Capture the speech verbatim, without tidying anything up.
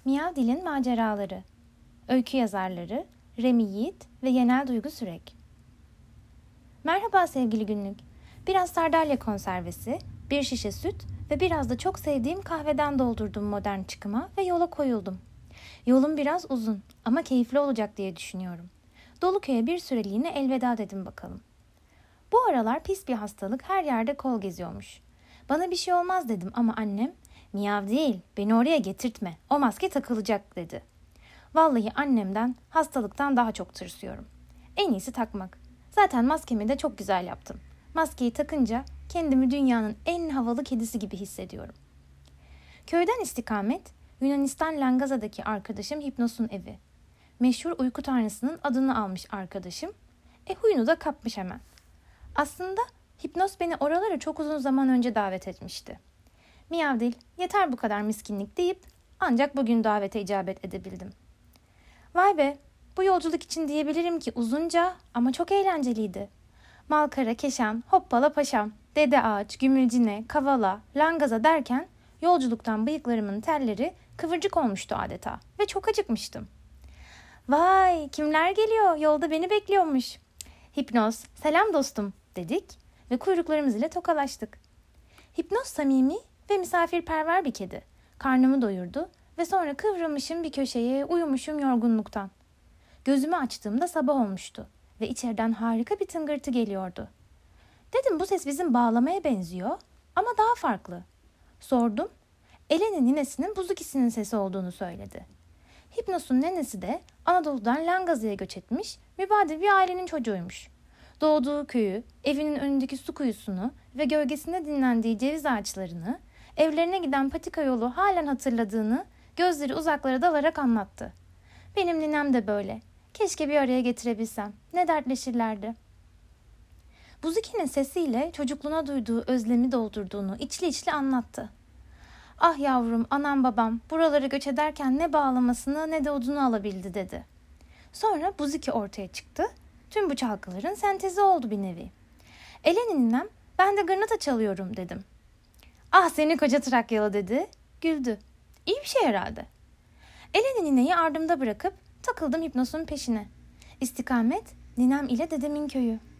Miyav Dil'in Maceraları. Öykü yazarları Remi Yiğit ve Yenel Duygu Sürek. Merhaba sevgili günlük. Biraz sardalya konservesi, bir şişe süt ve biraz da çok sevdiğim kahveden doldurdum modern çıkıma ve yola koyuldum. Yolum biraz uzun ama keyifli olacak diye düşünüyorum. Doluköy'e bir süreliğine elveda dedim bakalım. Bu aralar pis bir hastalık her yerde kol geziyormuş. Bana bir şey olmaz dedim ama annem, miyav değil, beni oraya getirtme, o maske takılacak dedi. Vallahi annemden, hastalıktan daha çok tırsıyorum. En iyisi takmak. Zaten maskemi de çok güzel yaptım. Maskeyi takınca kendimi dünyanın en havalı kedisi gibi hissediyorum. Köyden istikamet, Yunanistan Langaza'daki arkadaşım Hipnos'un evi. Meşhur uyku tanrısının adını almış arkadaşım. E huyunu da kapmış hemen. Aslında Hipnos beni oralara çok uzun zaman önce davet etmişti. Miyav Dil, yeter bu kadar miskinlik deyip ancak bugün davete icabet edebildim. Vay be, bu yolculuk için diyebilirim ki uzunca ama çok eğlenceliydi. Malkara, Keşan, Hoppala Paşam, Dede Ağaç, Gümülcine, Kavala, Langaza derken yolculuktan bıyıklarımın telleri kıvırcık olmuştu adeta ve çok acıkmıştım. Vay, kimler geliyor, yolda beni bekliyormuş. Hipnos, selam dostum dedik ve kuyruklarımız ile tokalaştık. Hipnos samimi ve misafirperver bir kedi. Karnımı doyurdu ve sonra kıvrılmışım bir köşeye, uyumuşum yorgunluktan. Gözümü açtığımda sabah olmuştu ve içeriden harika bir tıngırtı geliyordu. Dedim bu ses bizim bağlamaya benziyor ama daha farklı. Sordum. Elen'in ninesinin Buzukisi'nin sesi olduğunu söyledi. Hipnos'un nenesi de Anadolu'dan Langaza'ya göç etmiş, mübadil bir ailenin çocuğuymuş. Doğduğu köyü, evinin önündeki su kuyusunu ve gölgesinde dinlendiği ceviz ağaçlarını, evlerine giden patika yolu halen hatırladığını gözleri uzaklara dalarak anlattı. Benim ninem de böyle. Keşke bir araya getirebilsem. Ne dertleşirlerdi. Buzuki'nin sesiyle çocukluğuna duyduğu özlemi doldurduğunu içli içli anlattı. Ah yavrum, anam babam buralara göç ederken ne bağlamasını ne de odunu alabildi dedi. Sonra Buzuki ortaya çıktı. Tüm bu çalgıların sentezi oldu bir nevi. Elen'in ninem, ben de gırnata çalıyorum dedim. Ah seni koca Trakyalı dedi. Güldü. İyi bir şey herhalde. Elen'in nineyi ardımda bırakıp takıldım Hipnos'un peşine. İstikamet ninem ile dedemin köyü.